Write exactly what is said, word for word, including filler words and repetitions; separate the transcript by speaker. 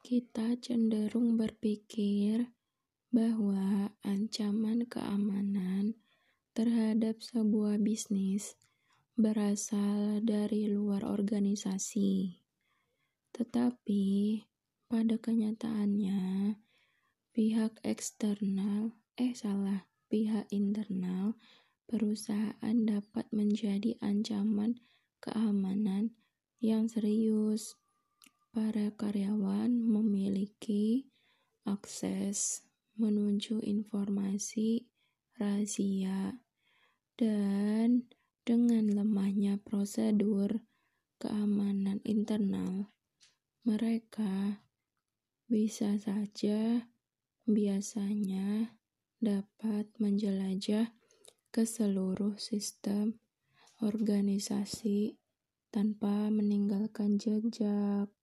Speaker 1: Kita cenderung berpikir bahwa ancaman keamanan terhadap sebuah bisnis berasal dari luar organisasi. Tetapi pada kenyataannya, pihak eksternal, eh salah, pihak internal perusahaan dapat menjadi ancaman keamanan yang serius. Para karyawan memiliki akses menuju informasi rahasia, dan dengan lemahnya prosedur keamanan internal, mereka bisa saja biasanya dapat menjelajah ke seluruh sistem organisasi tanpa meninggalkan jejak.